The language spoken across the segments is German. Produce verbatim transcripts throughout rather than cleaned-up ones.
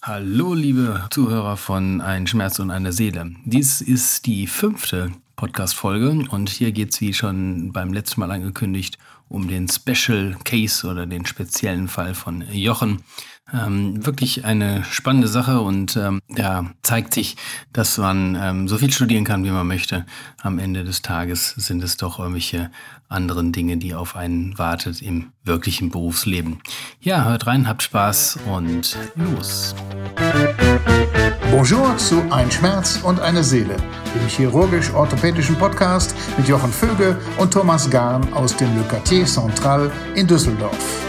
Hallo, liebe Zuhörer von Ein Schmerz und eine Seele. Dies ist die fünfte Podcast-Folge und hier geht es, wie schon beim letzten Mal angekündigt, um den Special Case oder den speziellen Fall von Jochen. Ähm, wirklich eine spannende Sache und ähm, ja, zeigt sich, dass man ähm, so viel studieren kann, wie man möchte. Am Ende des Tages sind es doch irgendwelche anderen Dinge, die auf einen wartet im wirklichen Berufsleben. Ja, hört rein, habt Spaß und los. Bonjour zu Ein Schmerz und eine Seele, dem chirurgisch-orthopädischen Podcast mit Jochen Vöge und Thomas Garn aus dem Le Quartier Central in Düsseldorf.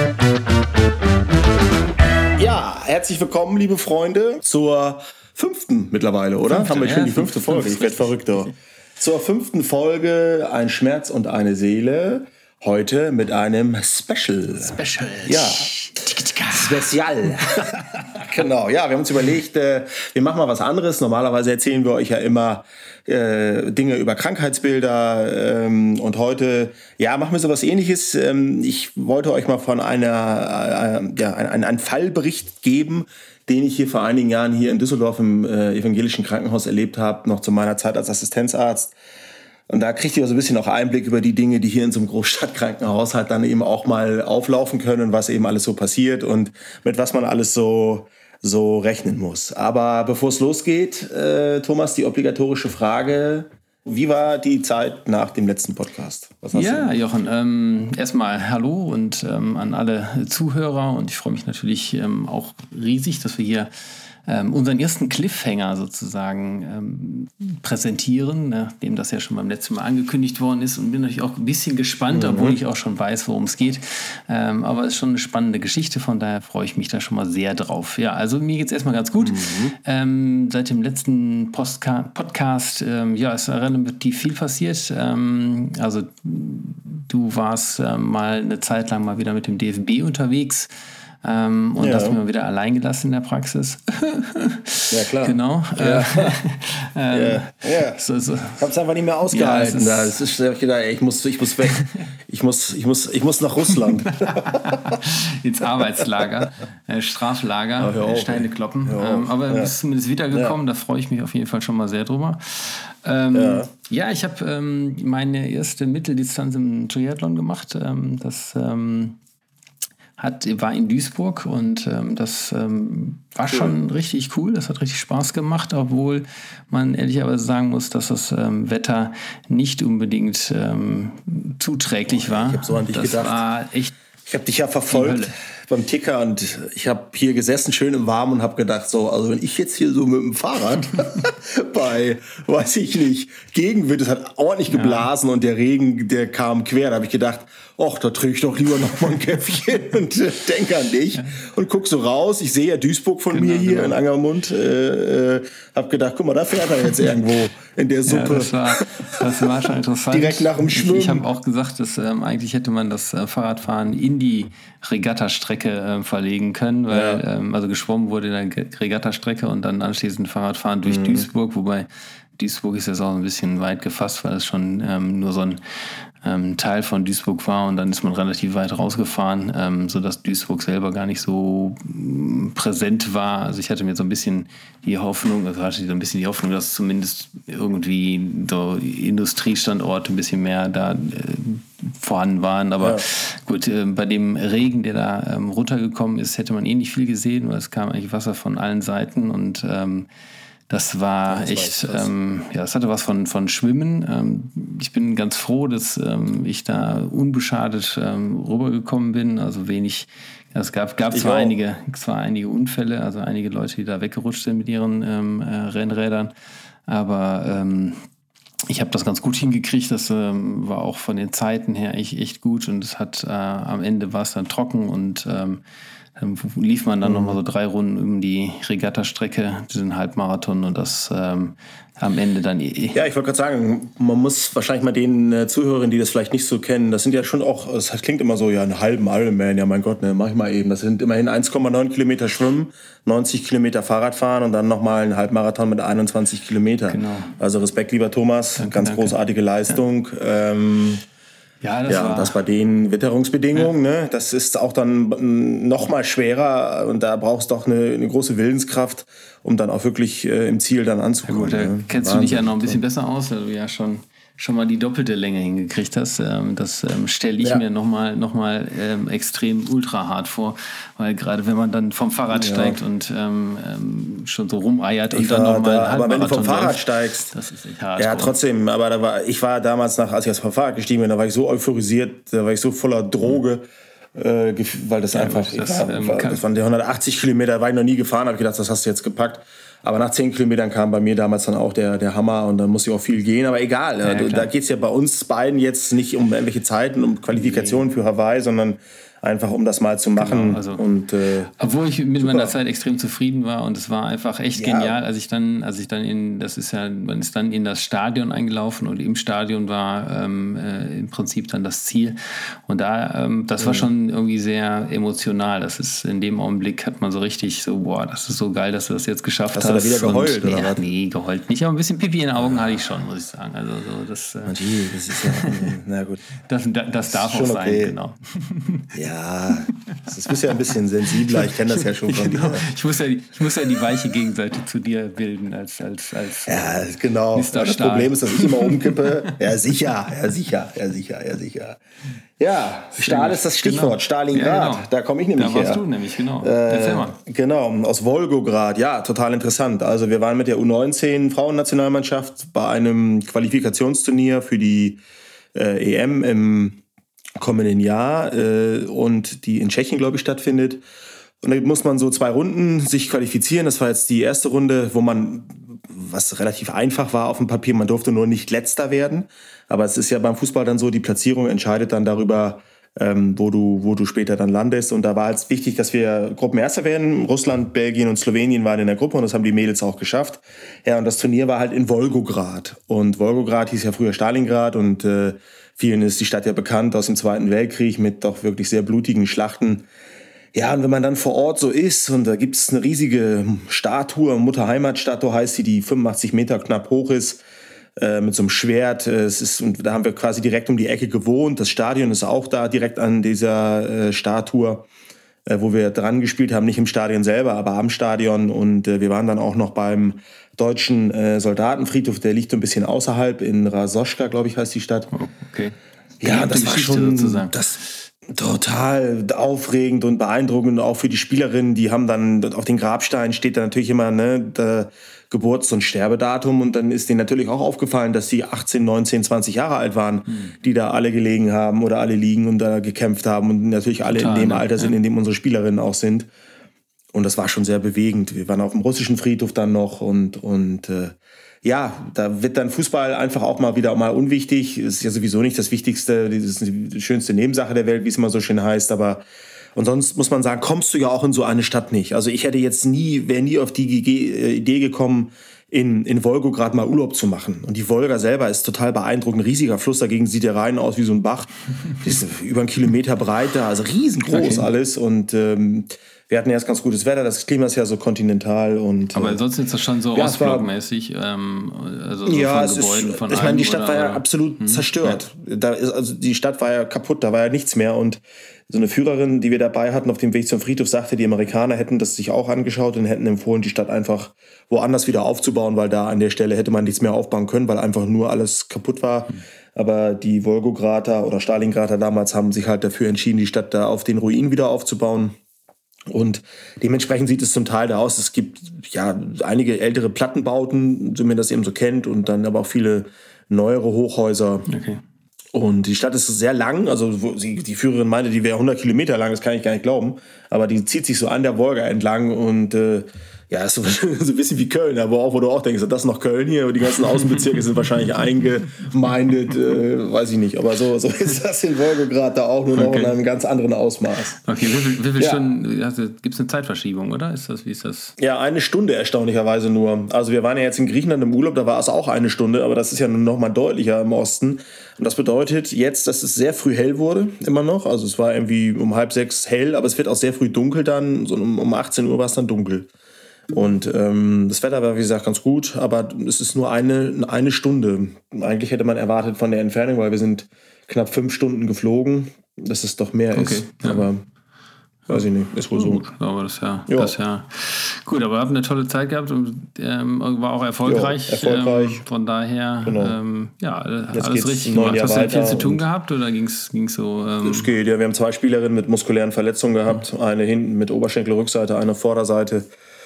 Ja, herzlich willkommen, liebe Freunde, zur fünften mittlerweile, oder? Fünfte, Haben wir schon ja, die fünfte fünfte, Folge? Ich werde verrückt, doch. Zur fünften Folge Ein Schmerz und eine Seele. Heute mit einem Special. Special. Ja. Spezial. Genau, ja, wir haben uns überlegt, äh, wir machen mal was anderes. Normalerweise erzählen wir euch ja immer äh, Dinge über Krankheitsbilder ähm, und heute, ja, machen wir so was Ähnliches. Ähm, ich wollte euch mal von einer, äh, ja, einen, einen Fallbericht geben, den ich hier vor einigen Jahren hier in Düsseldorf im äh, evangelischen Krankenhaus erlebt habe, noch zu meiner Zeit als Assistenzarzt. Und da kriegt ihr so ein bisschen auch Einblick über die Dinge, die hier in so einem Großstadtkrankenhaus halt dann eben auch mal auflaufen können, was eben alles so passiert und mit was man alles so, so rechnen muss. Aber bevor es losgeht, äh, Thomas, die obligatorische Frage: Wie war die Zeit nach dem letzten Podcast? Was hast ja, du? Jochen, ähm, erstmal hallo und ähm, an alle Zuhörer. Und ich freue mich natürlich ähm, auch riesig, dass wir hier ähm, unseren ersten Cliffhanger sozusagen ähm, präsentieren, nachdem das ja schon beim letzten Mal angekündigt worden ist. Und bin natürlich auch ein bisschen gespannt, mhm. obwohl ich auch schon weiß, worum es geht. Ähm, aber es ist schon eine spannende Geschichte, von daher freue ich mich da schon mal sehr drauf. Ja, also mir geht es erstmal ganz gut. Mhm. Ähm, seit dem letzten Postka- Podcast ähm, ja, ist relativ viel passiert. Ähm, also du warst äh, mal eine Zeit lang mal wieder mit dem D F B unterwegs. Ähm, und ja. das haben wir wieder allein gelassen in der Praxis. Ja, klar. Genau. Ja. ähm, ja. Ja. So, so. Ich habe es einfach nicht mehr ausgehalten. Ja, das ist, ich gedacht, ich muss, ich muss weg. Ich muss, ich muss, ich muss nach Russland. Ins Arbeitslager, äh, Straflager, oh, Steine kloppen. Ähm, aber du ja. bist zumindest wiedergekommen. Ja. Da freue ich mich auf jeden Fall schon mal sehr drüber. Ähm, ja. ja, ich habe ähm, meine erste Mitteldistanz im Triathlon gemacht. Ähm, das ähm, Hat, war in Duisburg und ähm, das ähm, war cool. schon richtig cool. Das hat richtig Spaß gemacht, obwohl man ehrlicherweise sagen muss, dass das ähm, Wetter nicht unbedingt ähm, zuträglich war. Ich habe so an dich das gedacht. War echt ich habe dich ja verfolgt beim Ticker und ich habe hier gesessen, schön im Warmen und habe gedacht, so, also wenn ich jetzt hier so mit dem Fahrrad bei, weiß ich nicht, Gegenwind, es hat ordentlich geblasen ja. und der Regen, der kam quer, da habe ich gedacht, ach, da trinke ich doch lieber noch mal ein Käffchen und äh, denke an dich ja. und guck so raus. Ich sehe ja Duisburg von genau, mir hier genau. in Angermund. Äh, äh, hab gedacht, guck mal, da fährt er jetzt irgendwo in der Suppe. Ja, das, war, das war schon interessant. Direkt nach dem Schwimmen. Ich, ich habe auch gesagt, dass ähm, eigentlich hätte man das äh, Fahrradfahren in die Regattastrecke äh, verlegen können, weil ja. ähm, also geschwommen wurde in der Regattastrecke und dann anschließend Fahrradfahren durch mhm. Duisburg, wobei Duisburg ist jetzt auch ein bisschen weit gefasst, weil es schon ähm, nur so ein ähm, Teil von Duisburg war und dann ist man relativ weit rausgefahren, ähm, sodass Duisburg selber gar nicht so ähm, präsent war. Also ich hatte mir so ein bisschen die Hoffnung, also hatte so ein bisschen die Hoffnung, dass zumindest irgendwie so Industriestandorte ein bisschen mehr da äh, vorhanden waren, aber ja. gut, äh, bei dem Regen, der da ähm, runtergekommen ist, hätte man eh nicht viel gesehen, weil es kam eigentlich Wasser von allen Seiten und ähm, das war ja, das echt, ähm, ja, es hatte was von, von Schwimmen. Ähm, ich bin ganz froh, dass ähm, ich da unbeschadet ähm, rübergekommen bin. Also wenig, ja, es gab, gab zwar einige, zwar einige Unfälle, also einige Leute, die da weggerutscht sind mit ihren ähm, äh, Rennrädern, aber ähm, ich habe das ganz gut hingekriegt. Das ähm, war auch von den Zeiten her echt, echt gut und es hat äh, am Ende war es dann trocken und ähm, dann lief man dann mhm. nochmal so drei Runden um die Regattastrecke, diesen Halbmarathon und das ähm, am Ende dann... Eh. Ja, ich wollte gerade sagen, man muss wahrscheinlich mal den äh, Zuhörern, die das vielleicht nicht so kennen, das sind ja schon auch, es klingt immer so, ja, einen halben Ironman, ja mein Gott, ne, mach ich mal eben. Das sind immerhin eins Komma neun Kilometer Schwimmen, neunzig Kilometer Fahrradfahren und dann nochmal ein Halbmarathon mit einundzwanzig Kilometer. Genau. Also Respekt, lieber Thomas, danke, ganz danke. großartige Leistung. Ja. Ähm, Ja, das ja, war... das bei den Witterungsbedingungen, ja. ne, das ist auch dann noch mal schwerer und da brauchst du doch eine, eine große Willenskraft, um dann auch wirklich äh, im Ziel dann anzukommen. Ja gut, da ne? kennst Wahnsinn. du dich ja noch ein bisschen besser aus, weil du ja schon, schon mal die doppelte Länge hingekriegt hast. Ähm, das ähm, stelle ich ja. mir nochmal noch mal, ähm, extrem ultra hart vor, weil gerade wenn man dann vom Fahrrad ja. steigt und ähm, ähm, schon so rumeiert und ich dann nochmal da, aber wenn du vom Fahrrad läuft, steigst, das ist echt hart. Ja, trotzdem, aber da war, ich war damals, nach, als ich vom Fahrrad gestiegen bin, da war ich so euphorisiert, da war ich so voller Droge, äh, weil das ja, einfach, das, war, ähm, war, das waren die hundertachtzig Kilometer, war ich noch nie gefahren, habe ich gedacht, das hast du jetzt gepackt. Aber nach zehn Kilometern kam bei mir damals dann auch der, der Hammer und dann musste ich auch viel gehen. Aber egal, ja, du, da geht es ja bei uns beiden jetzt nicht um irgendwelche Zeiten, um Qualifikationen nee. für Hawaii, sondern einfach um das mal zu machen. Genau, also, und, äh, obwohl ich mit super. meiner Zeit extrem zufrieden war und es war einfach echt ja. genial, als ich dann, als ich dann in, das ist ja, man ist dann in das Stadion eingelaufen und im Stadion war ähm, äh, im Prinzip dann das Ziel und da, ähm, das war schon irgendwie sehr emotional. Das ist in dem Augenblick hat man so richtig so, boah, das ist so geil, dass du das jetzt geschafft hast. Hast du da wieder geheult und, oder nee, was? Nee, geheult nicht, aber ein bisschen Pipi in den Augen hatte ich schon, muss ich sagen. Also so das. Äh, das ist ja, na gut. Das, das, das darf auch sein, okay. genau. Ja, das ist ja ein bisschen sensibler, ich kenne das ja schon von genau. dir. Ich muss ja, die, ich muss ja die weiche Gegenseite zu dir bilden als als als Ja, genau. Mister Das Stahl. Problem ist, dass ich immer umkippe. Ja, sicher, ja, sicher, ja, sicher, ja, sicher. Ja, Stahl ist das Stichwort, genau. Stalingrad, ja, genau. da komme ich nämlich her. Da warst her. du nämlich, genau. Äh, Erzähl mal. Genau, aus Wolgograd, ja, total interessant. Also wir waren mit der U neunzehn Frauennationalmannschaft bei einem Qualifikationsturnier für die äh, E M im kommenden Jahr äh, und die in Tschechien, glaube ich, stattfindet. Und da muss man so zwei Runden sich qualifizieren. Das war jetzt die erste Runde, wo man, was relativ einfach war auf dem Papier, man durfte nur nicht Letzter werden. Aber es ist ja beim Fußball dann so, die Platzierung entscheidet dann darüber, ähm, wo du, wo du später dann landest. Und da war es wichtig, dass wir Gruppenerster werden. Russland, Belgien und Slowenien waren in der Gruppe und das haben die Mädels auch geschafft. Ja, und das Turnier war halt in Wolgograd. Und Wolgograd hieß ja früher Stalingrad und äh, vielen ist die Stadt ja bekannt aus dem Zweiten Weltkrieg mit doch wirklich sehr blutigen Schlachten. Ja, und wenn man dann vor Ort so ist und da gibt es eine riesige Statue, Mutter-Heimat-Statue heißt sie, die fünfundachtzig Meter knapp hoch ist, äh, mit so einem Schwert. Es ist, und da haben wir quasi direkt um die Ecke gewohnt. Das Stadion ist auch da direkt an dieser äh, Statue, äh, wo wir dran gespielt haben. Nicht im Stadion selber, aber am Stadion. Und äh, wir waren dann auch noch beim deutschen äh, Soldatenfriedhof, der liegt so ein bisschen außerhalb, in Rasoschka, glaube ich, heißt die Stadt. Oh, okay. Ja, das war schon das total aufregend und beeindruckend, auch für die Spielerinnen. Die haben dann auf den Grabstein steht da natürlich immer ne, der Geburts- und Sterbedatum und dann ist denen natürlich auch aufgefallen, dass sie achtzehn, neunzehn, zwanzig Jahre alt waren, mhm. die da alle gelegen haben oder alle liegen und da gekämpft haben und natürlich alle total, in dem ne? Alter sind, ja. in dem unsere Spielerinnen auch sind. Und das war schon sehr bewegend. Wir waren auf dem russischen Friedhof dann noch und, und äh, ja, da wird dann Fußball einfach auch mal wieder mal unwichtig. Es ist ja sowieso nicht das Wichtigste, das ist die schönste Nebensache der Welt, wie es immer so schön heißt. Aber und sonst muss man sagen, kommst du ja auch in so eine Stadt nicht. Also ich hätte jetzt nie, wäre nie auf die Idee gekommen, in, in Wolgograd mal Urlaub zu machen. Und die Wolga selber ist total beeindruckend. Ein riesiger Fluss, dagegen sieht der Rhein aus wie so ein Bach. Ist über einen Kilometer breiter, also riesengroß okay. alles. Und ähm, wir hatten erst ganz gutes Wetter, das Klima ist ja so kontinental. Und, aber ansonsten ist das schon so ja, Ostblockmäßig, ähm, also so ja, von Gebäuden, ist, von ich meine, die Stadt oder, war ja oder? absolut hm, zerstört. Ja. Da ist, also die Stadt war ja kaputt, da war ja nichts mehr. Und so eine Führerin, die wir dabei hatten auf dem Weg zum Friedhof, sagte, die Amerikaner hätten das sich auch angeschaut und hätten empfohlen, die Stadt einfach woanders wieder aufzubauen, weil da an der Stelle hätte man nichts mehr aufbauen können, weil einfach nur alles kaputt war. Hm. Aber die Wolgograder oder Stalingrader damals haben sich halt dafür entschieden, die Stadt da auf den Ruinen wieder aufzubauen. Und dementsprechend sieht es zum Teil da aus. Es gibt ja einige ältere Plattenbauten, so wie man das eben so kennt, und dann aber auch viele neuere Hochhäuser. Okay. Und die Stadt ist sehr lang, also wo sie, die Führerin meinte, die wäre hundert Kilometer lang, das kann ich gar nicht glauben. Aber die zieht sich so an der Wolga entlang und äh, ja, ist so, so ein bisschen wie Köln, aber auch, wo du auch denkst, das ist noch Köln hier, aber die ganzen Außenbezirke sind wahrscheinlich eingemeindet, äh, weiß ich nicht. Aber so, so ist das in Wolgograd da auch, nur noch okay. in einem ganz anderen Ausmaß. Okay, wie viel, wie viel ja. Stunden, also, gibt es eine Zeitverschiebung, oder? Ist das, wie ist das? Ja, eine Stunde erstaunlicherweise nur. Also wir waren ja jetzt in Griechenland im Urlaub, da war es auch eine Stunde, aber das ist ja noch mal deutlicher im Osten. Und das bedeutet jetzt, dass es sehr früh hell wurde, immer noch. Also es war irgendwie um halb sechs hell, aber es wird auch sehr früh dunkel dann. So um, um achtzehn Uhr war es dann dunkel. Und ähm, das Wetter war, wie gesagt, ganz gut, aber es ist nur eine, eine Stunde. Eigentlich hätte man erwartet von der Entfernung, weil wir sind knapp fünf Stunden geflogen, dass es doch mehr okay, ist. Ja. Aber weiß ich nicht, ist wohl so. Gut, aber das ja, das ja gut, aber ihr habt eine tolle Zeit gehabt und ähm, war auch erfolgreich. Jo, erfolgreich. Ähm, von daher, genau. ähm, ja, Jetzt alles richtig gemacht. gemacht. Hast du viel zu tun und gehabt oder ging es so? Ähm es geht, ja. Wir haben zwei Spielerinnen mit muskulären Verletzungen gehabt. Mhm. Eine hinten mit Oberschenkelrückseite, eine Vorderseite.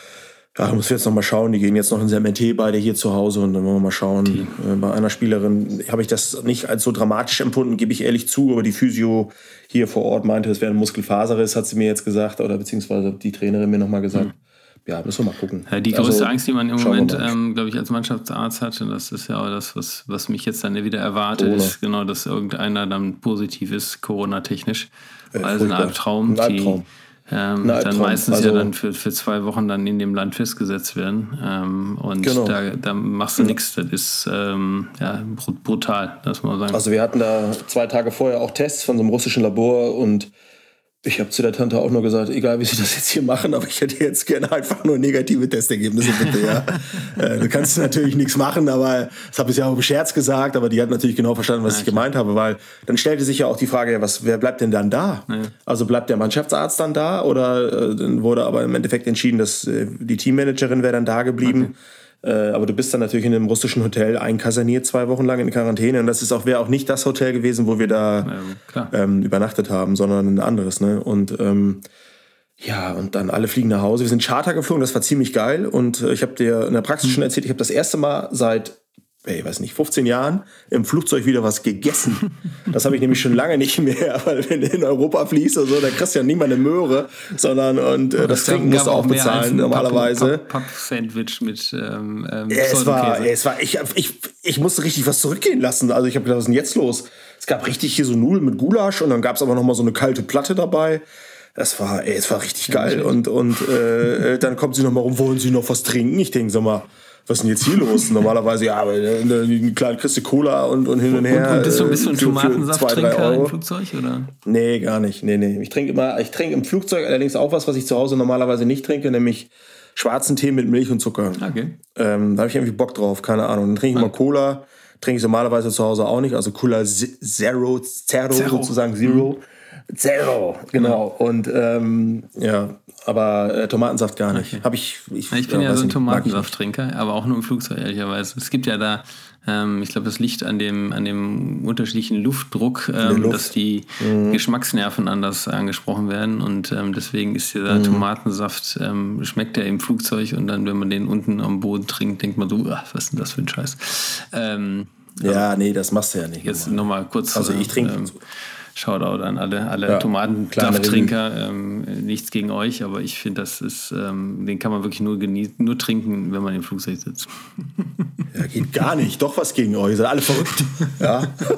Ja, da müssen wir jetzt noch mal schauen. Die gehen jetzt noch ins M R T, beide hier zu Hause. Und dann wollen wir mal schauen. Die. Bei einer Spielerin habe ich das nicht als so dramatisch empfunden, gebe ich ehrlich zu. Aber die Physio hier vor Ort meinte, es wäre ein Muskelfaserriss, hat sie mir jetzt gesagt. Oder beziehungsweise die Trainerin mir noch mal gesagt. Mhm. Ja, müssen wir mal gucken. Ja, die größte also, Angst, die man im Moment, ähm, glaube ich, als Mannschaftsarzt hatte, das ist ja auch das, was, was mich jetzt dann wieder erwartet, Corona. Ist genau, dass irgendeiner dann positiv ist, Corona-technisch. Äh, also ein Albtraum. Ein Albtraum. Die, Ähm, dann meistens also, ja dann für, für zwei Wochen dann in dem Land festgesetzt werden. Ähm, und genau. da, da machst du nichts. Das ist ähm, ja, brutal, das muss man sagen. Also wir hatten da zwei Tage vorher auch Tests von so einem russischen Labor und ich habe zu der Tante auch nur gesagt, egal wie sie das jetzt hier machen, aber ich hätte jetzt gerne einfach nur negative Testergebnisse, bitte, ja. äh, du kannst natürlich nichts machen, aber das habe ich ja auch im Scherz gesagt, aber die hat natürlich genau verstanden, was ja, ich gemeint habe, weil dann stellte sich ja auch die Frage, ja, was, wer bleibt denn dann da? Ja. Also bleibt der Mannschaftsarzt dann da oder äh, dann wurde aber im Endeffekt entschieden, dass äh, die Teammanagerin wäre dann da geblieben. Okay. Aber du bist dann natürlich in einem russischen Hotel einkaserniert, zwei Wochen lang in Quarantäne. Und das ist auch, wäre auch nicht das Hotel gewesen, wo wir da ja, ähm, übernachtet haben, sondern ein anderes. Ne? Und ähm, ja, und dann alle fliegen nach Hause. Wir sind Charter geflogen, das war ziemlich geil. Und ich habe dir in der Praxis schon erzählt, ich habe das erste Mal seit, ich weiß nicht, fünfzehn Jahren im Flugzeug wieder was gegessen. Das habe ich nämlich schon lange nicht mehr, weil wenn du in Europa fliegst oder so, da kriegst du ja nicht mal eine Möhre, sondern und äh, das Trinken musst du auch bezahlen normalerweise. Papp-Sandwich mit ähm, ähm, ja, es war, ja, es war, ich, ich, ich musste richtig was zurückgehen lassen. Also ich habe gedacht, was ist denn jetzt los? Es gab richtig hier so Nudeln mit Gulasch und dann gab es aber noch mal so eine kalte Platte dabei. Das war, ey, es war richtig geil. Und, und äh, dann kommt sie noch mal rum, wollen Sie noch was trinken? Ich denke, sag mal, was ist denn jetzt hier los? Normalerweise, ja, aber eine kleine Kiste Cola und, und hin und her. Und, und bist du ein bisschen Tomatensafttrinker im Flugzeug, oder? Nee, gar nicht. Nee, nee. Ich trinke immer, ich trinke im Flugzeug allerdings auch was, was ich zu Hause normalerweise nicht trinke, nämlich schwarzen Tee mit Milch und Zucker. Okay. Ähm, da habe ich irgendwie Bock drauf, keine Ahnung. Dann trinke ich mal Cola, trinke ich normalerweise zu Hause auch nicht, also Cola Zero, Zero, Zero. sozusagen Zero. Mhm. Zero, genau. Und ähm, ja, aber äh, Tomatensaft gar nicht. Okay. Hab ich, ich, ich bin ja, ja so ein Tomatensafttrinker, aber auch nur im Flugzeug, ehrlicherweise. Es gibt ja da, ähm, ich glaube, das liegt an dem, an dem unterschiedlichen Luftdruck, ähm, Luft. dass die mhm. Geschmacksnerven anders angesprochen werden. Und ähm, deswegen ist dieser mhm. Tomatensaft, ähm, schmeckt der im Flugzeug und dann, wenn man den unten am Boden trinkt, denkt man so, ach, was ist denn das für ein Scheiß? Ähm, also, ja, nee, das machst du ja nicht. Jetzt nochmal kurz. Also ich trinke. Ähm, Shoutout an alle, alle ja, Tomatensafttrinker. Ähm, nichts gegen euch, aber ich finde, das ist, ähm, den kann man wirklich nur genießen, nur trinken, wenn man im Flugzeug sitzt. Ja, geht gar nicht. Doch was gegen euch. Ihr seid alle verrückt. Ja.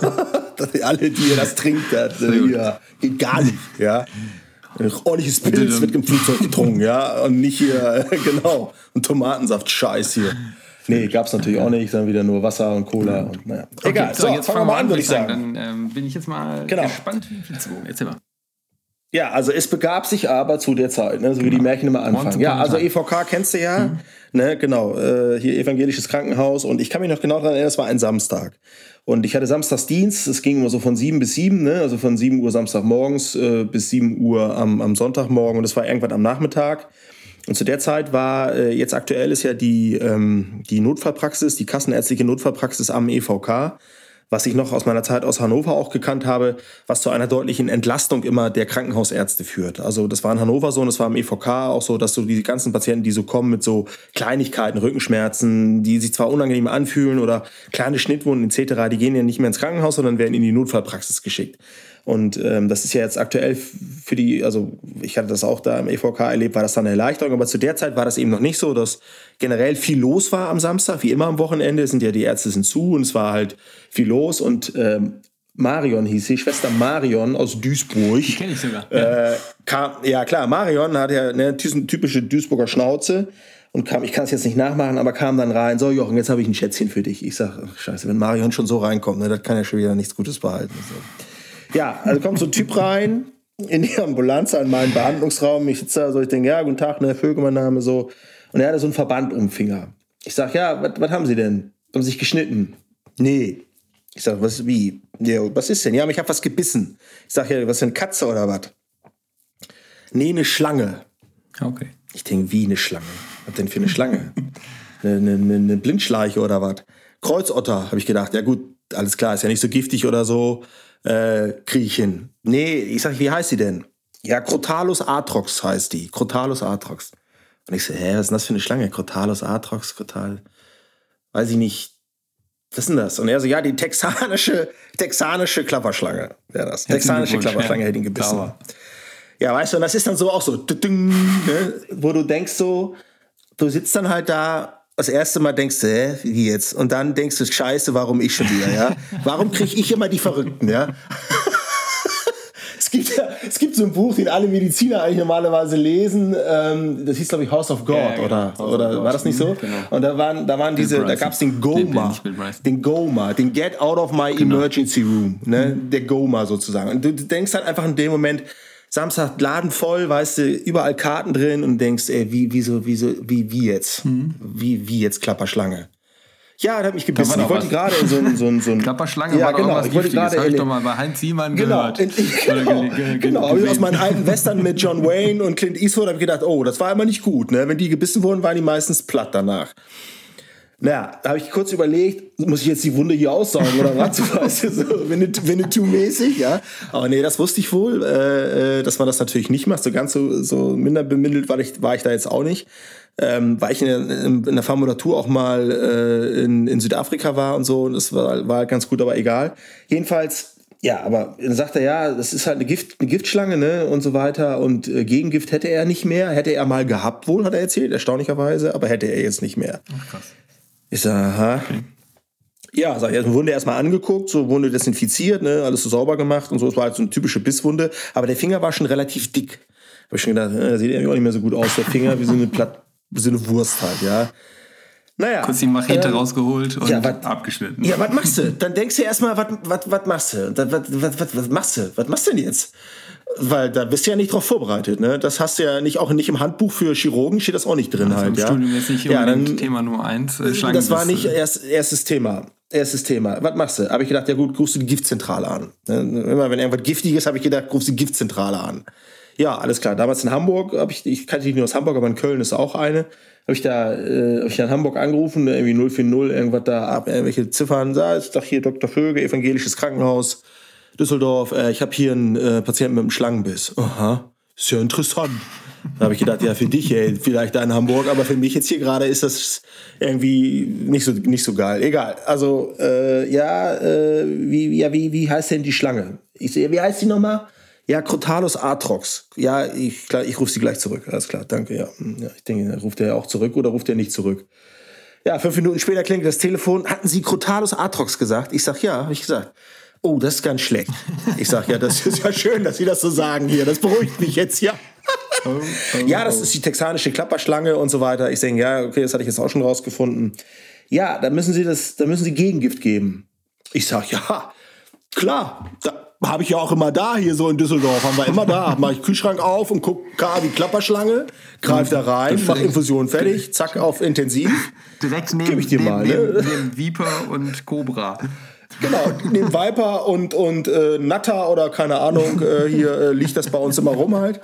Alle, die ihr das trinkt, das, ja, geht gar nicht. Ja. Ein ordentliches Pilz wird im Flugzeug getrunken, ja. Und nicht hier, genau, ein Tomatensaft-Scheiß hier. Nee, gab's natürlich auch nicht, sondern wieder nur Wasser und Cola und naja. Okay, egal, so, so, jetzt fangen wir mal an, würde ich sagen. Dann ähm, bin ich jetzt mal genau. gespannt, wie viel zu wohnen. Erzähl mal. Ja, also es begab sich aber zu der Zeit, ne, so wie genau. die Märchen immer anfangen. Ja, also E V K kennst du ja, mhm. ne, genau, äh, hier evangelisches Krankenhaus und ich kann mich noch genau daran erinnern, es war ein Samstag. Und ich hatte Samstagsdienst, es ging immer so von sieben bis sieben, ne, also von sieben Uhr Samstagmorgens äh, bis sieben Uhr am, am Sonntagmorgen und es war irgendwann am Nachmittag. Und zu der Zeit war, äh, jetzt aktuell ist ja die, ähm, die Notfallpraxis, die kassenärztliche Notfallpraxis am E V K, was ich noch aus meiner Zeit aus Hannover auch gekannt habe, was zu einer deutlichen Entlastung immer der Krankenhausärzte führt. Also das war in Hannover so und das war am E V K auch so, dass so die ganzen Patienten, die so kommen mit so Kleinigkeiten, Rückenschmerzen, die sich zwar unangenehm anfühlen oder kleine Schnittwunden et cetera, die gehen ja nicht mehr ins Krankenhaus, sondern werden in die Notfallpraxis geschickt. Und ähm, das ist ja jetzt aktuell für die, also ich hatte das auch da im E V K erlebt, war das dann eine Erleichterung, aber zu der Zeit war das eben noch nicht so, dass generell viel los war am Samstag, wie immer am Wochenende, sind ja die Ärzte sind zu und es war halt viel los und ähm, Marion hieß sie, Schwester Marion aus Duisburg. Die kenne ich sogar. Äh, kam, ja klar, Marion hat ja eine typische Duisburger Schnauze und kam, ich kann es jetzt nicht nachmachen, aber kam dann rein, so Jochen, jetzt habe ich ein Schätzchen für dich. Ich sag, ach, scheiße, wenn Marion schon so reinkommt, ne, das kann ja schon wieder nichts Gutes behalten. So. Ja, also kommt so ein Typ rein, in die Ambulanz an meinen Behandlungsraum. Ich sitze da so, ich denke, ja, guten Tag, ne, Vögel, mein Name, so. Und er hatte so einen Verband um den Finger. Ich sag, ja, was haben Sie denn? Haben Sie sich geschnitten? Nee. Ich sag, was, wie? Ja, was ist denn? Ja, aber ich habe was gebissen. Ich sag, ja, was ist denn, Katze oder was? Nee, eine Schlange. Okay. Ich denke, wie eine Schlange? Was denn für eine Schlange? eine, eine, eine Blindschleiche oder was? Kreuzotter, habe ich gedacht. Ja gut, alles klar, ist ja nicht so giftig oder so. Äh, kriege ich hin. Nee, ich sag, wie heißt die denn? Ja, Crotalus atrox heißt die. Crotalus atrox. Und ich so, hä, was ist denn das für eine Schlange? Crotalus atrox, Crotal... Weiß ich nicht. Was ist denn das? Und er so, ja, die texanische, texanische Klapperschlange wäre das. Texanische Klapperschlange hätte ihn gebissen. Dauer. Ja, weißt du, und das ist dann so auch so, ne, wo du denkst so, du sitzt dann halt da, das erste Mal denkst du, hä, wie jetzt? Und dann denkst du, scheiße, warum ich schon wieder, ja? Warum kriege ich immer die Verrückten, ja? Es gibt, ja, es gibt so ein Buch, den alle Mediziner eigentlich normalerweise lesen. Ähm, das hieß, glaube ich, House of God, ja, genau. oder, House oder war das nicht so? Genau. Und da waren, da waren diese, da gab es den GOMA, den GOMA, den Get Out of My genau. Emergency Room, ne? Mhm. Der GOMA sozusagen. Und du denkst halt einfach in dem Moment, Samstag Laden voll, weißt du, überall Karten drin und denkst, ey, wie, wie so, wie so, wie, wie jetzt? Mhm. Wie, wie jetzt Klapperschlange? Ja, der hat mich gebissen. Ich wollte gerade in so ein... So ein, so ein Klapperschlange ja, war genau, auch was ich wollte Giftiges. gerade Habe ich doch mal bei Heinz Siemann genau, gehört. In, genau, ge, ge, genau. Ge, aus meinen alten Western mit John Wayne und Clint Eastwood habe ich gedacht, oh, das war immer nicht gut. Ne? Wenn die gebissen wurden, waren die meistens platt danach. Naja, da habe ich kurz überlegt, muss ich jetzt die Wunde hier aussaugen oder was? Weißt du, so Winnetou-mäßig, ja. Aber nee, das wusste ich wohl, äh, dass man das natürlich nicht macht. So ganz so, so minder bemittelt war ich, war ich da jetzt auch nicht. Ähm, weil ich in der, in der Formulatur auch mal äh, in, in Südafrika war und so. Und das war, war ganz gut, aber egal. Jedenfalls, ja, aber dann sagt er, ja, das ist halt eine, Gift, eine Giftschlange, ne, und so weiter. Und äh, Gegengift hätte er nicht mehr. Hätte er mal gehabt wohl, hat er erzählt, erstaunlicherweise. Aber hätte er jetzt nicht mehr. Ach, krass. Ich sag, aha. Okay. Ja, sag ich, also Wunde erstmal angeguckt, so Wunde desinfiziert, ne, alles so sauber gemacht und so. Es war halt so eine typische Bisswunde. Aber der Finger war schon relativ dick. Hab ich schon gedacht, äh, sieht irgendwie auch nicht mehr so gut aus, der Finger, wie so eine Platt, wie so eine Wurst halt, ja. Naja. Kurz die Machete ähm, rausgeholt und ja, wat, abgeschnitten. Ja, was machst du? Dann denkst du erstmal, was machst du? Was machst du? Was machst du denn jetzt? Weil da bist du ja nicht drauf vorbereitet, ne? Das hast du ja nicht, auch nicht im Handbuch für Chirurgen steht das auch nicht drin, also halt, im ja. Studium jetzt nicht ja, dann, Thema Nummer eins. Äh, das war nicht erst, erstes Thema. Erstes Thema. Was machst du? Habe ich gedacht, ja gut, rufst du die Giftzentrale an. Immer wenn irgendwas Giftiges, habe ich gedacht, rufst du die Giftzentrale an. Ja, alles klar. Damals in Hamburg, hab ich, ich kannte nicht nur aus Hamburg, aber in Köln ist auch eine. Habe ich da, äh, hab ich da in Hamburg angerufen, irgendwie null vier null, irgendwas da ab, irgendwelche Ziffern. Da ist doch hier Doktor Vögel, evangelisches Krankenhaus, Düsseldorf. Äh, ich habe hier einen äh, Patienten mit einem Schlangenbiss. Aha, ist ja interessant. Da habe ich gedacht, ja, für dich, ey, vielleicht da in Hamburg, aber für mich jetzt hier gerade ist das irgendwie nicht so, nicht so geil. Egal. Also, äh, ja, äh, wie, ja, wie, wie heißt denn die Schlange? Ich sehe, wie heißt die nochmal? Ja, Crotalus atrox. Ja, ich, klar, ich rufe sie gleich zurück. Alles klar, danke. Ja, ja ich denke, ruft er auch zurück oder ruft er nicht zurück? Ja, fünf Minuten später klingelt das Telefon. Hatten Sie Crotalus atrox gesagt? Ich sag, ja, habe ich gesagt. Oh, das ist ganz schlecht. Ich sag, ja, das ist ja schön, dass Sie das so sagen hier. Das beruhigt mich jetzt, ja. Oh, oh, ja, das ist die texanische Klapperschlange und so weiter. Ich denke, ja, okay, das hatte ich jetzt auch schon rausgefunden. Ja, da müssen Sie das, da müssen Sie Gegengift geben. Ich sag, ja, klar, da habe ich ja auch immer da, hier so in Düsseldorf, haben wir immer da. Mache ich Kühlschrank auf und gucke, K wie Klapperschlange, greif da rein, mach Infusion fertig, zack, auf intensiv. Direkt neben, ich dir neben, mal, neben, ne? neben Viper und Cobra. Genau, neben Viper und, und äh, Natter oder keine Ahnung, äh, hier äh, liegt das bei uns immer rum halt.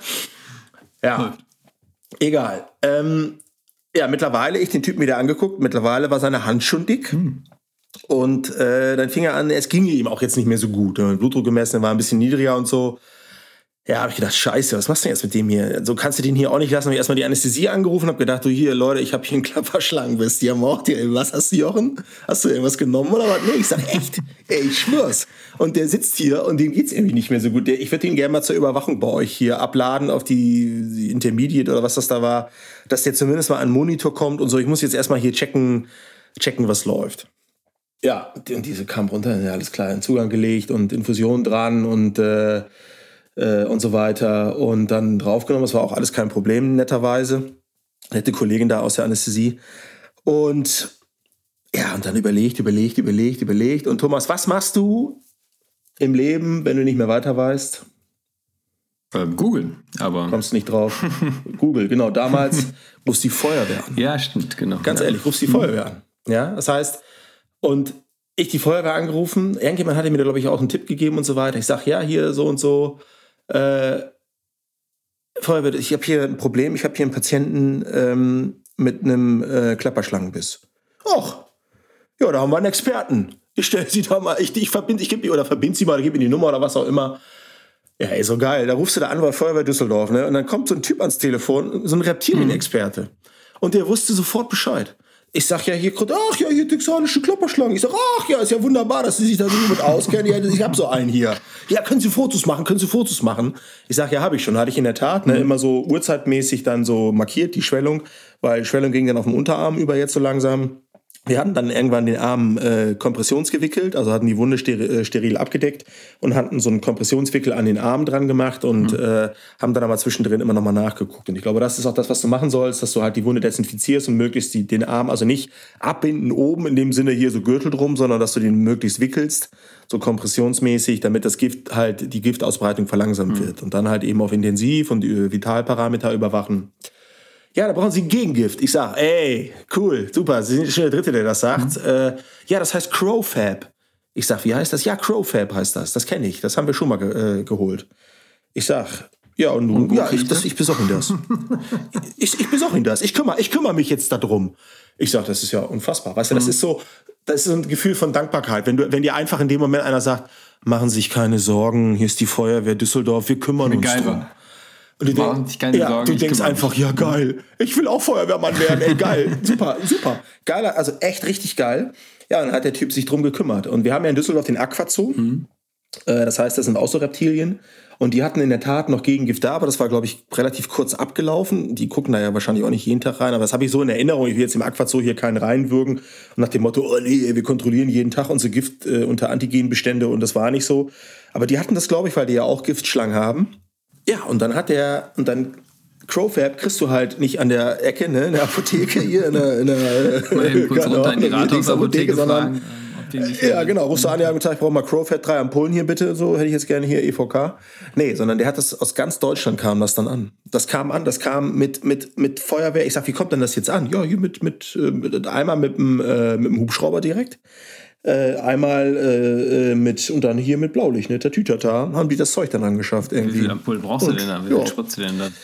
Ja, egal. Ähm, ja, mittlerweile, ich den Typen wieder angeguckt, mittlerweile war seine Hand schon dick. Hm. Und äh, dann fing er an, es ging ihm auch jetzt nicht mehr so gut. Blutdruck gemessen, er war ein bisschen niedriger und so. Ja, habe ich gedacht, scheiße, was machst du denn jetzt mit dem hier? So kannst du den hier auch nicht lassen. Habe ich erstmal die Anästhesie angerufen, habe gedacht, du hier, Leute, ich habe hier einen Klapperschlangenbiss. Die haben auch, die, was hast du, Jochen? Hast du irgendwas genommen oder was? Nee, ich sag, echt, ey, ich schwör's. Und der sitzt hier und dem geht's irgendwie nicht mehr so gut. Der, ich würde ihn gerne mal zur Überwachung bei euch hier abladen auf die, die Intermediate oder was das da war, dass der zumindest mal an den Monitor kommt und so. Ich muss jetzt erstmal hier checken, checken, was läuft. Ja, und diese kam runter, ja, alles klar, in Zugang gelegt und Infusion dran und äh, äh, und so weiter und dann draufgenommen. Das war auch alles kein Problem, netterweise. Nette Kollegin da aus der Anästhesie. Und ja, und dann überlegt, überlegt, überlegt, überlegt. Und Thomas, was machst du im Leben, wenn du nicht mehr weiter weißt? Äh, Google, aber... Kommst nicht drauf. Google, genau. Damals rufst die Feuerwehr an. Ja, stimmt, genau. Ganz ja. ehrlich, rufst die Feuerwehr an. Ja, das heißt, und ich die Feuerwehr angerufen, irgendjemand hatte mir da, glaube ich, auch einen Tipp gegeben und so weiter. Ich sage, ja, hier so und so, äh, Feuerwehr, ich habe hier ein Problem, ich habe hier einen Patienten ähm, mit einem äh, Klapperschlangenbiss. Och, ja, da haben wir einen Experten. Ich stelle sie da mal, ich, ich verbinde, ich gebe die, oder verbinde sie mal, oder gebe ihnen die Nummer oder was auch immer. Ja, ey, so geil. Da rufst du da an bei Feuerwehr Düsseldorf, ne? Und dann kommt so ein Typ ans Telefon, so ein Reptilienexperte. Und der wusste sofort Bescheid. Ich sag ja hier, ach ja, hier texanische Klapperschlangen. Ich sag, ach ja, ist ja wunderbar, dass Sie sich da so gut auskennen. Ja, ich hab so einen hier. Ja, können Sie Fotos machen, können Sie Fotos machen? Ich sag, ja, habe ich schon. Hatte ich in der Tat, ne, immer so uhrzeitmäßig dann so markiert, die Schwellung. Weil die Schwellung ging dann auf dem Unterarm über jetzt so langsam. Wir hatten dann irgendwann den Arm äh, kompressionsgewickelt, also hatten die Wunde steril, äh, steril abgedeckt und hatten so einen Kompressionswickel an den Arm dran gemacht und mhm. äh, haben dann aber zwischendrin immer nochmal nachgeguckt. Und ich glaube, das ist auch das, was du machen sollst, dass du halt die Wunde desinfizierst und möglichst die, den Arm, also nicht abbinden oben in dem Sinne hier so Gürtel drum, sondern dass du den möglichst wickelst, so kompressionsmäßig, damit das Gift halt, die Giftausbreitung verlangsamt mhm. wird. Und dann halt eben auf Intensiv und die Vitalparameter überwachen. Ja, da brauchen Sie ein Gegengift. Ich sag, ey, cool, super, Sie sind schon der Dritte, der das sagt. Mhm. Äh, ja, das heißt CrowFab. Ich sag, wie heißt das? Ja, CrowFab heißt das. Das kenne ich, das haben wir schon mal ge- äh, geholt. Ich sag, ja, und nun, und ja, ich, das, ich besorge Ihnen das. ich, ich besorge Ihnen das. Ich kümmere, ich kümmere mich jetzt darum. Ich sag, das ist ja unfassbar. Weißt du, das mhm. ist so, das ist so ein Gefühl von Dankbarkeit. Wenn du, wenn dir einfach in dem Moment einer sagt, machen Sie sich keine Sorgen, hier ist die Feuerwehr Düsseldorf, wir kümmern uns drum. Und du, denk, keine ja, Sorgen, du denkst einfach, ja geil, ich will auch Feuerwehrmann werden, ey geil, super, super. Geiler, also echt richtig geil. Ja, und dann hat der Typ sich drum gekümmert. Und wir haben ja in Düsseldorf den Aquazoo, mhm. äh, das heißt, das sind auch so Reptilien. Und die hatten in der Tat noch Gegengift da, aber das war, glaube ich, relativ kurz abgelaufen. Die gucken da ja wahrscheinlich auch nicht jeden Tag rein, aber das habe ich so in Erinnerung. Ich will jetzt im Aquazoo hier keinen reinwürgen. Und nach dem Motto, oh nee, wir kontrollieren jeden Tag unsere Gift äh, unter Antigenbestände und das war nicht so. Aber die hatten das, glaube ich, weil die ja auch Giftschlangen haben. Ja, und dann hat der, und dann CrowFab kriegst du halt nicht an der Ecke, ne, in der Apotheke hier, in der, in der mal eben kurz runter in die Rathausapotheke, sondern, äh, ja, genau, rufst du an, ja, gesagt, ich brauche mal CrowFab, drei Ampullen hier bitte, so, hätte ich jetzt gerne hier, E V K. Nee, sondern der hat das, aus ganz Deutschland kam das dann an. Das kam an, das kam mit, mit, mit Feuerwehr. Ich sag, wie kommt denn das jetzt an? Ja, hier mit, mit, mit einmal mit dem, äh, mit dem Hubschrauber direkt. Äh, einmal äh, mit, und dann hier mit Blaulicht, ne, Tatütata, haben die das Zeug dann angeschafft irgendwie. Wie viele Ampullen brauchst und, du denn da? Wie viel ja. spritzt du denn dann?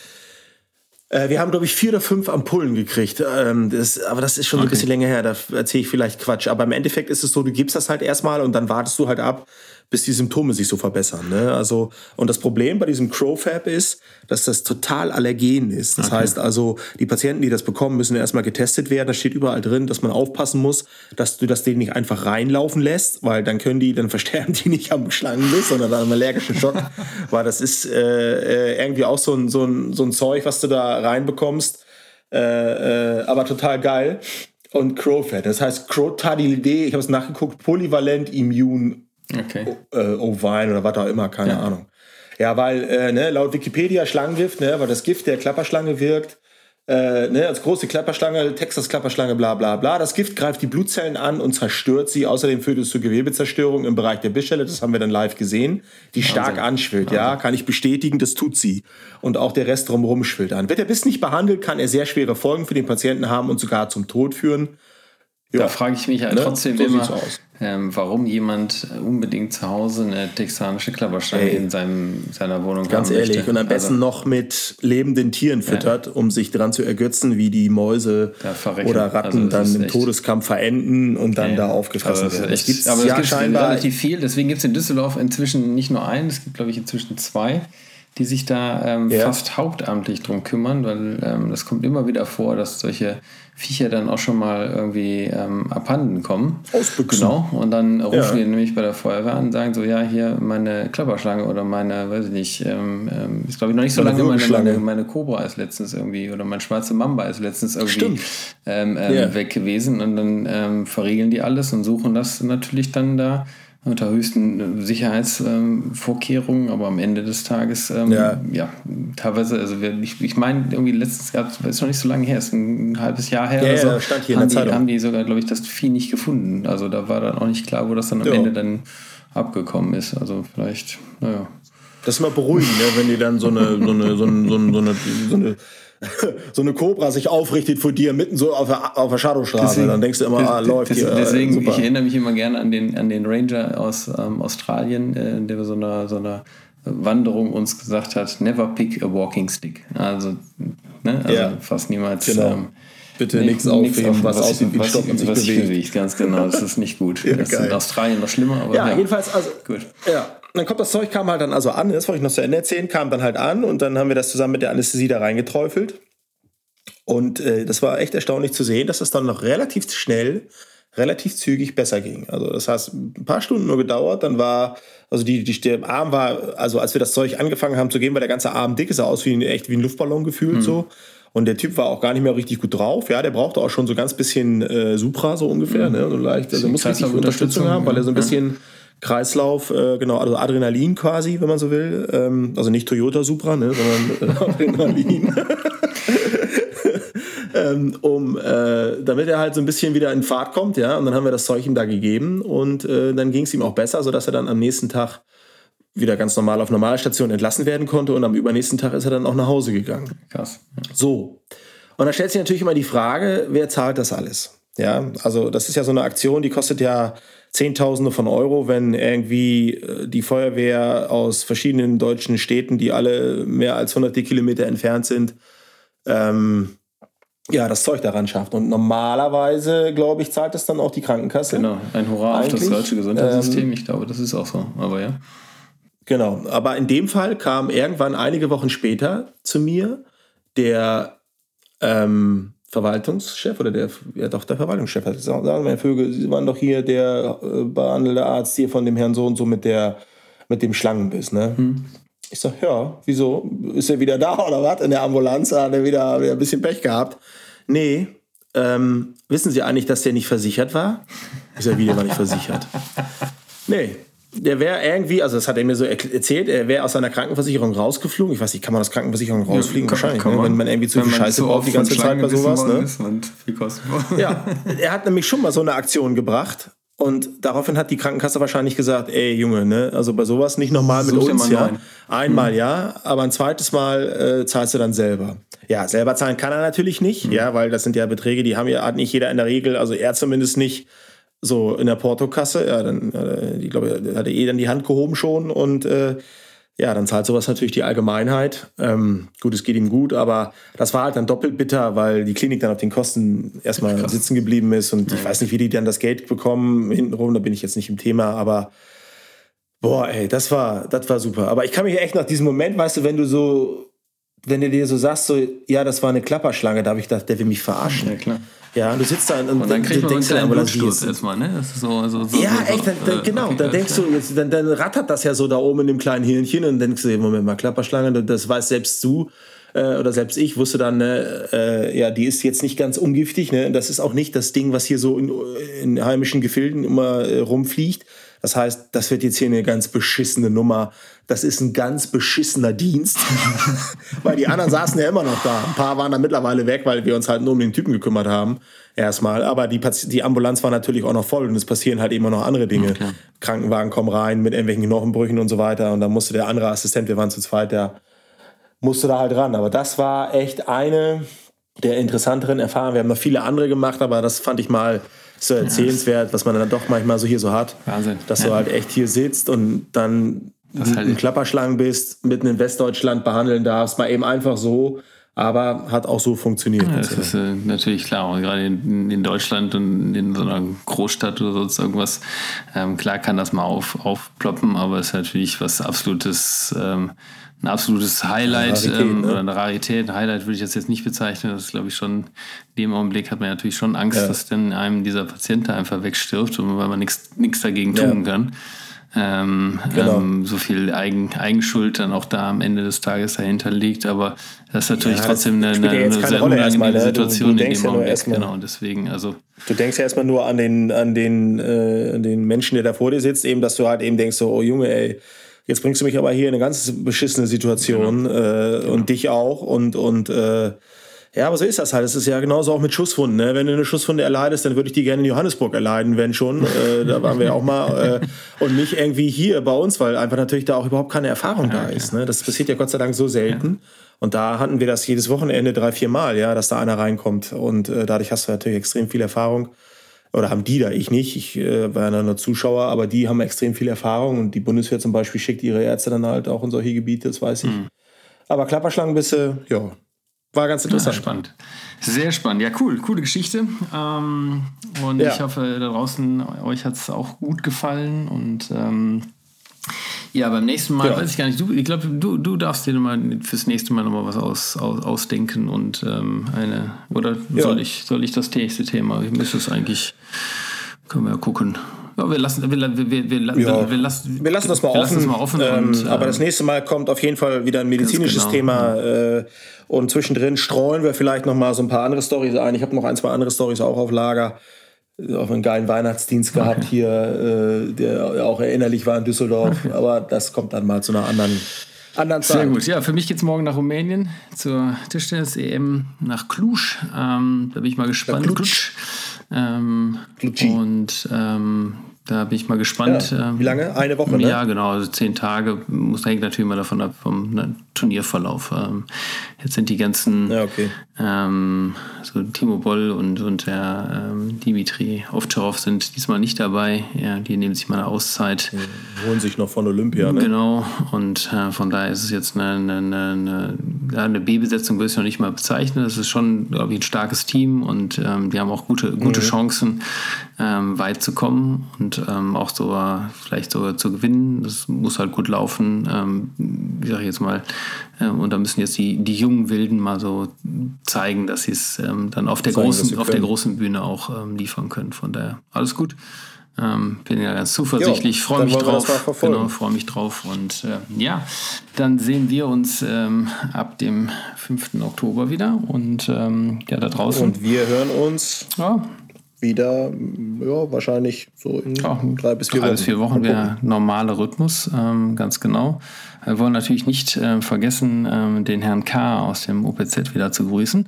Äh, wir haben, glaube ich, vier oder fünf Ampullen gekriegt. Ähm, das, aber das ist schon okay. ein bisschen länger her, da erzähle ich vielleicht Quatsch. Aber im Endeffekt ist es so, du gibst das halt erstmal und dann wartest du halt ab, bis die Symptome sich so verbessern. Ne? Also, und das Problem bei diesem CrowFab ist, dass das total allergen ist. Das okay. heißt also, die Patienten, die das bekommen, müssen erstmal getestet werden. Da steht überall drin, dass man aufpassen muss, dass du das denen nicht einfach reinlaufen lässt, weil dann können die, dann versterben die nicht am Schlangenbiss, sondern an einem allergischen Schock. Weil das ist äh, irgendwie auch so ein, so, ein, so ein Zeug, was du da reinbekommst. Äh, äh, aber total geil. Und CrowFab, das heißt Crotadilide, ich habe es nachgeguckt, polyvalent immun Okay. Äh, Ovine oder was auch immer, keine ja. Ahnung. Ja, weil äh, ne, laut Wikipedia Schlangengift, ne, weil das Gift der Klapperschlange wirkt, äh, ne, als große Klapperschlange, Texas-Klapperschlange, bla bla bla. Das Gift greift die Blutzellen an und zerstört sie. Außerdem führt es zu Gewebezerstörung im Bereich der Bissstelle. Das haben wir dann live gesehen. Die Wahnsinn. stark anschwillt, Wahnsinn. ja, kann ich bestätigen, das tut sie. Und auch der Rest drumherum schwillt an. Wird der Biss nicht behandelt, kann er sehr schwere Folgen für den Patienten haben und sogar zum Tod führen. Ja. Da frage ich mich halt ne? trotzdem so immer, ähm, warum jemand unbedingt zu Hause eine texanische Klapperschlange in seinem, seiner Wohnung haben Ganz ehrlich, möchte. Und am besten also, noch mit lebenden Tieren füttert, ja. um sich daran zu ergötzen, wie die Mäuse oder Ratten also dann im echt, Todeskampf verenden und dann ja, da aufgefressen also werden. Das gibt's aber ja es gibt relativ viel, deswegen gibt es in Düsseldorf inzwischen nicht nur einen, es gibt glaube ich inzwischen zwei, die sich da ähm, ja. fast hauptamtlich drum kümmern, weil ähm, das kommt immer wieder vor, dass solche Viecher dann auch schon mal irgendwie ähm, abhanden kommen. Ausbüchsen. Genau. Und dann rufen ja. die nämlich bei der Feuerwehr an und sagen so, ja, hier meine Klapperschlange oder meine, weiß ich nicht, ähm, ähm, ist glaube ich noch nicht so lange, meine, meine, meine Cobra ist letztens irgendwie, oder mein schwarze Mamba ist letztens irgendwie ähm, ähm, yeah. weg gewesen. Und dann ähm, verriegeln die alles und suchen das natürlich dann da unter höchsten Sicherheitsvorkehrungen, ähm, aber am Ende des Tages, ähm, ja. ja, teilweise, also ich, ich meine, irgendwie letztens gab es, ist noch nicht so lange her, ist ein halbes Jahr her ja, oder so, ja, stand hier haben, in der die, Zeitung. haben die sogar, glaube ich, das Vieh nicht gefunden. Also da war dann auch nicht klar, wo das dann am ja. Ende dann abgekommen ist. Also vielleicht, naja. Das ist immer beruhigend, ne? Wenn die dann so eine, so eine, so eine, so eine, so eine, so eine so eine Cobra sich aufrichtet vor dir mitten so auf der, auf der Shadowstraße, deswegen, dann denkst du immer, ah, läuft das, hier. Deswegen, super. Ich erinnere mich immer gerne an den, an den Ranger aus ähm, Australien, äh, der so einer so einer Wanderung uns gesagt hat, never pick a walking stick. Also, ne, also ja, fast niemals. Genau. Ähm, Bitte nichts aufheben, was, was aussieht wie ein Stock und sich was bewegt. bewegt. Ganz genau, das ist nicht gut. Ja, das ist in Australien noch schlimmer. Aber ja, ja, jedenfalls, also, gut. Ja. Dann kommt das Zeug, kam halt dann also an, das wollte ich noch zu Ende erzählen, kam dann halt an und dann haben wir das zusammen mit der Anästhesie da reingeträufelt. Und äh, das war echt erstaunlich zu sehen, dass das dann noch relativ schnell, relativ zügig besser ging. Also das heißt, ein paar Stunden nur gedauert, dann war, also die, die, der Arm war, also als wir das Zeug angefangen haben zu geben, war der ganze Arm dick, sah aus wie ein, echt wie ein Luftballon gefühlt mhm. so. Und der Typ war auch gar nicht mehr richtig gut drauf. Ja, der brauchte auch schon so ganz bisschen äh, Supra so ungefähr, mhm. ne? So leicht, also muss richtig Unterstützung haben, weil er so ein bisschen ja. Kreislauf, äh, genau, also Adrenalin quasi, wenn man so will. Ähm, also nicht Toyota Supra, ne, sondern äh, Adrenalin. ähm, um, äh, damit er halt so ein bisschen wieder in Fahrt kommt, ja. Und dann haben wir das Zeug ihm da gegeben und äh, dann ging es ihm auch besser, sodass er dann am nächsten Tag wieder ganz normal auf Normalstation entlassen werden konnte und am übernächsten Tag ist er dann auch nach Hause gegangen. Krass. So. Und da stellt sich natürlich immer die Frage, wer zahlt das alles? Ja, also das ist ja so eine Aktion, die kostet ja Zehntausende von Euro, wenn irgendwie die Feuerwehr aus verschiedenen deutschen Städten, die alle mehr als hundert Kilometer entfernt sind, ähm, ja, das Zeug daran schafft. Und normalerweise, glaube ich, zahlt das dann auch die Krankenkasse. Genau, ein Hurra auf das deutsche Gesundheitssystem. Ähm, ich glaube, das ist auch so, aber ja. Genau, aber in dem Fall kam irgendwann einige Wochen später zu mir der ähm, Verwaltungschef oder der, ja doch, der Verwaltungschef hat gesagt, sagen wir, Herr Vögel, Sie waren doch hier der äh, behandelte Arzt hier von dem Herrn so und so mit der, mit dem Schlangenbiss, ne? Hm. Ich sag, ja, wieso? Ist er wieder da oder was? In der Ambulanz hat er wieder, wieder ein bisschen Pech gehabt. Nee, ähm, wissen Sie eigentlich, dass der nicht versichert war? Ich sag, wie, der war nicht versichert? Nee. Der wäre irgendwie, also das hat er mir so erzählt, er wäre aus seiner Krankenversicherung rausgeflogen. Ich weiß nicht, kann man aus Krankenversicherung rausfliegen? Ja, kann, wahrscheinlich, kann man, ne? Wenn man irgendwie zu viel Scheiße braucht die ganze Zeit bei sowas. Ne? Und viel ja, er hat nämlich schon mal so eine Aktion gebracht und daraufhin hat die Krankenkasse wahrscheinlich gesagt, ey Junge, ne, also bei sowas nicht nochmal mit Such uns, ja. Einmal mhm. ja, aber ein zweites Mal äh, zahlst du dann selber. Ja, selber zahlen kann er natürlich nicht, mhm. ja, weil das sind ja Beträge, die haben ja hat nicht jeder in der Regel, also er zumindest nicht. So in der Portokasse, ja, dann, äh, ich glaube, er hatte eh dann die Hand gehoben schon und äh, ja, dann zahlt sowas natürlich die Allgemeinheit. Ähm, gut, es geht ihm gut, aber das war halt dann doppelt bitter, weil die Klinik dann auf den Kosten erstmal Krass. sitzen geblieben ist und ja. ich weiß nicht, wie die dann das Geld bekommen hintenrum, da bin ich jetzt nicht im Thema, aber boah, ey, das war, das war super. Aber ich kann mich echt nach diesem Moment, weißt du, wenn du so, wenn du dir so sagst, so, ja, das war eine Klapperschlange, da habe ich gedacht, der will mich verarschen. Ja, klar. Ja, und du sitzt da und, und dann kriegt man denkst einen Blutsturz erstmal, ne? Das ist so, so, so, ja, so, echt, dann, dann, genau. Okay, dann denkst du, jetzt, dann, dann rattert das ja so da oben in dem kleinen Hirnchen und dann denkst du, Moment mal, Klapperschlange, das weiß selbst du äh, oder selbst ich wusste dann, äh, ja, die ist jetzt nicht ganz ungiftig, ne? Das ist auch nicht das Ding, was hier so in, in heimischen Gefilden immer äh, rumfliegt. Das heißt, das wird jetzt hier eine ganz beschissene Nummer. Das ist ein ganz beschissener Dienst. Weil die anderen saßen ja immer noch da. Ein paar waren dann mittlerweile weg, weil wir uns halt nur um den Typen gekümmert haben. Erstmal. Aber die, die Ambulanz war natürlich auch noch voll und es passieren halt immer noch andere Dinge. Okay. Krankenwagen kommen rein mit irgendwelchen Knochenbrüchen und so weiter. Und dann musste der andere Assistent, wir waren zu zweit, der musste da halt ran. Aber das war echt eine der interessanteren Erfahrungen. Wir haben noch viele andere gemacht, aber das fand ich mal so erzählenswert, was man dann doch manchmal so hier so hat. Wahnsinn. Dass ja. du halt echt hier sitzt und dann das ein halt Klapperschlangen bist, mitten in Westdeutschland behandeln darfst, mal eben einfach so, aber hat auch so funktioniert. Ja, das ist äh, natürlich klar, und gerade in, in Deutschland und in so einer Großstadt oder sonst irgendwas, ähm, klar kann das mal auf, aufploppen, aber es ist natürlich was absolutes, ähm, ein absolutes Highlight Rarität, ähm, ne? oder eine Rarität. Ein Highlight würde ich das jetzt nicht bezeichnen. Das ist, glaube ich, schon, in dem Augenblick hat man natürlich schon Angst, ja. dass dann einem dieser Patient da einfach wegstirbt, und weil man nichts dagegen tun ja. kann. Ähm, genau. ähm, so viel Eigen, Eigenschuld dann auch da am Ende des Tages dahinter liegt, aber das ist natürlich ja, trotzdem eine, eine, eine sehr unangenehme ne? Situation du, du in dem ja Augenblick. Genau, deswegen, also du denkst ja erstmal nur an den, an den, äh, an den Menschen, der da vor dir sitzt, eben, dass du halt eben denkst, so, oh Junge, ey, jetzt bringst du mich aber hier in eine ganz beschissene Situation, genau. äh, genau. und dich auch und, und äh, Ja, aber so ist das halt. Es ist ja genauso auch mit Schusswunden. Ne? Wenn du eine Schusswunde erleidest, dann würde ich die gerne in Johannesburg erleiden, wenn schon. Äh, da waren wir ja auch mal. Äh, und nicht irgendwie hier bei uns, weil einfach natürlich da auch überhaupt keine Erfahrung ja, da okay. ist. Ne? Das passiert ja Gott sei Dank so selten. Ja. Und da hatten wir das jedes Wochenende drei, vier Mal, ja, dass da einer reinkommt. Und äh, dadurch hast du natürlich extrem viel Erfahrung. Oder haben die da, ich nicht. Ich äh, war ja nur Zuschauer, aber die haben extrem viel Erfahrung. Und die Bundeswehr zum Beispiel schickt ihre Ärzte dann halt auch in solche Gebiete, das weiß ich. Mhm. Aber Klapperschlangenbisse, ja. War ganz interessant. Ja, spannend. Sehr spannend. Ja, cool. Coole Geschichte. Ähm, und ja. ich hoffe, da draußen, euch hat es auch gut gefallen. Und ähm, ja, beim nächsten Mal, ja. weiß ich gar nicht, du, ich glaube, du, du darfst dir mal fürs nächste Mal nochmal was aus, aus, ausdenken. Und ähm, eine, oder ja. soll, ich, soll ich das nächste Thema? Ich müsste es eigentlich, können wir ja gucken. Ja, wir lassen, wir, wir, wir, wir, ja. wir, lassen, wir lassen das mal wir offen. Das mal offen ähm, und, aber ähm, das nächste Mal kommt auf jeden Fall wieder ein medizinisches genau. Thema. Äh, und zwischendrin streuen wir vielleicht noch mal so ein paar andere Storys ein. Ich habe noch ein, zwei andere Storys auch auf Lager. Auch einen geilen Weihnachtsdienst gehabt okay. hier, äh, der auch erinnerlich war in Düsseldorf. Okay. Aber das kommt dann mal zu einer anderen, anderen Zeit. Sehr gut. Ja, für mich geht es morgen nach Rumänien zur Tischtennis-E M nach Cluj. Ähm, da bin ich mal gespannt. Ja, Cluj. Ähm, und ähm, da bin ich mal gespannt. Ja. Wie lange? Eine Woche, ne? Ja, genau. Also zehn Tage. Muss hängt natürlich mal davon ab vom ne, Turnierverlauf. Ähm, jetzt sind die ganzen ja, okay. ähm, so Timo Boll und, und der ähm, Dimitri Ovtcharov sind diesmal nicht dabei. Ja, die nehmen sich mal eine Auszeit. Die holen sich noch von Olympia, ne? Genau. Und äh, von daher ist es jetzt eine, eine, eine, eine B-Besetzung, würde ich noch nicht mal bezeichnen. Das ist schon, glaube ich, ein starkes Team und ähm, die haben auch gute, gute mhm. Chancen, ähm, weit zu kommen und ähm, auch sogar vielleicht sogar zu gewinnen. Das muss halt gut laufen, ähm, wie sage ich jetzt mal. Ähm, und da müssen jetzt die, die jungen Wilden mal so zeigen, dass sie es ähm, dann auf der, zeigen, großen, auf der großen Bühne auch ähm, liefern können. Von daher alles gut. Ähm, bin ja ganz zuversichtlich, freue mich drauf. Genau, freue mich drauf. Und äh, ja, dann sehen wir uns ähm, ab dem fünften Oktober wieder. Und ähm, ja, da draußen. Und wir hören uns. Ja. Wieder, ja, wahrscheinlich so in ja, drei bis vier drei Wochen. bis vier Wochen wäre normaler Rhythmus, ähm, ganz genau. Wir wollen natürlich nicht äh, vergessen, ähm, den Herrn K. aus dem O P Z wieder zu grüßen.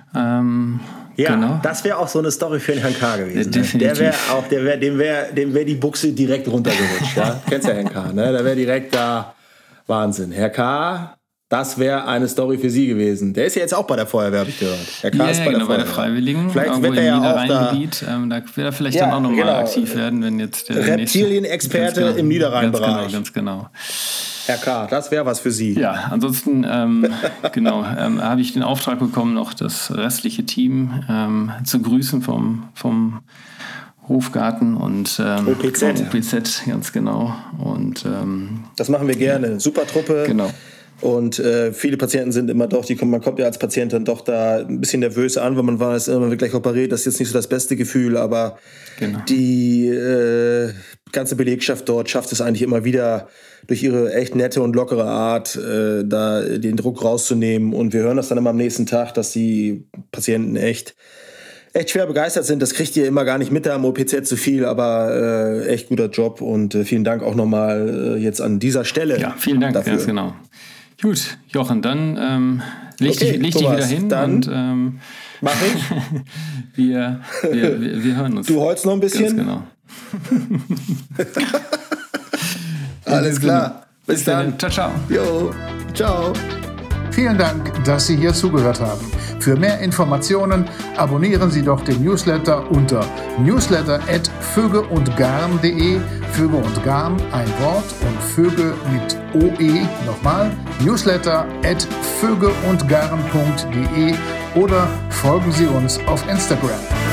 Ähm, ja, genau. Das wäre auch so eine Story für den Herrn K. gewesen. Definitiv. Der wäre auch, der wäre, dem wäre, dem wäre die Buchse direkt runtergerutscht. Ja? Kennst ja Herrn K. Ne? Da wäre direkt da Wahnsinn. Herr K. Das wäre eine Story für Sie gewesen. Der ist ja jetzt auch bei der Feuerwehr, habe ich gehört. Herr K. Ja, ist ja, bei, genau, der bei der Freiwilligen. Vielleicht wird er ja auch da. Ähm, da wird er vielleicht ja, dann auch nochmal genau. aktiv werden, wenn jetzt der Reptilienexperte genau, im Niederrhein-Bereich. Ganz genau, ganz genau. Herr K., das wäre was für Sie. Ja, ansonsten ähm, genau, ähm, habe ich den Auftrag bekommen, noch das restliche Team ähm, zu grüßen vom, vom Hofgarten und ähm, O P Z. O P Z, ganz genau. Und ähm, das machen wir gerne. Super Truppe. Genau. Und äh, viele Patienten sind immer doch, die kommt, man kommt ja als Patient dann doch da ein bisschen nervös an, weil man weiß, man wird gleich operiert, das ist jetzt nicht so das beste Gefühl, aber genau. die äh, ganze Belegschaft dort schafft es eigentlich immer wieder durch ihre echt nette und lockere Art, äh, da den Druck rauszunehmen. Und wir hören das dann immer am nächsten Tag, dass die Patienten echt echt schwer begeistert sind. Das kriegt ihr immer gar nicht mit da am O P Z zu viel, aber äh, echt guter Job und äh, vielen Dank auch nochmal äh, jetzt an dieser Stelle. Ja, vielen Dank, dafür. Ganz genau. Gut, Jochen, dann ähm, leg, okay, dich, leg dich wieder hin dann und ähm, mach ich. wir, wir, wir, wir hören uns. Du holst noch ein bisschen? Ganz genau. Alles klar. Bis, Bis dann. dann. Ciao, ciao. Jo, ciao. Vielen Dank, dass Sie hier zugehört haben. Für mehr Informationen abonnieren Sie doch den Newsletter unter newsletter at vöge und garn punkt de, Vöge und Garn ein Wort und Vöge mit O E. Nochmal, newsletter at vöge und garn punkt de oder folgen Sie uns auf Instagram.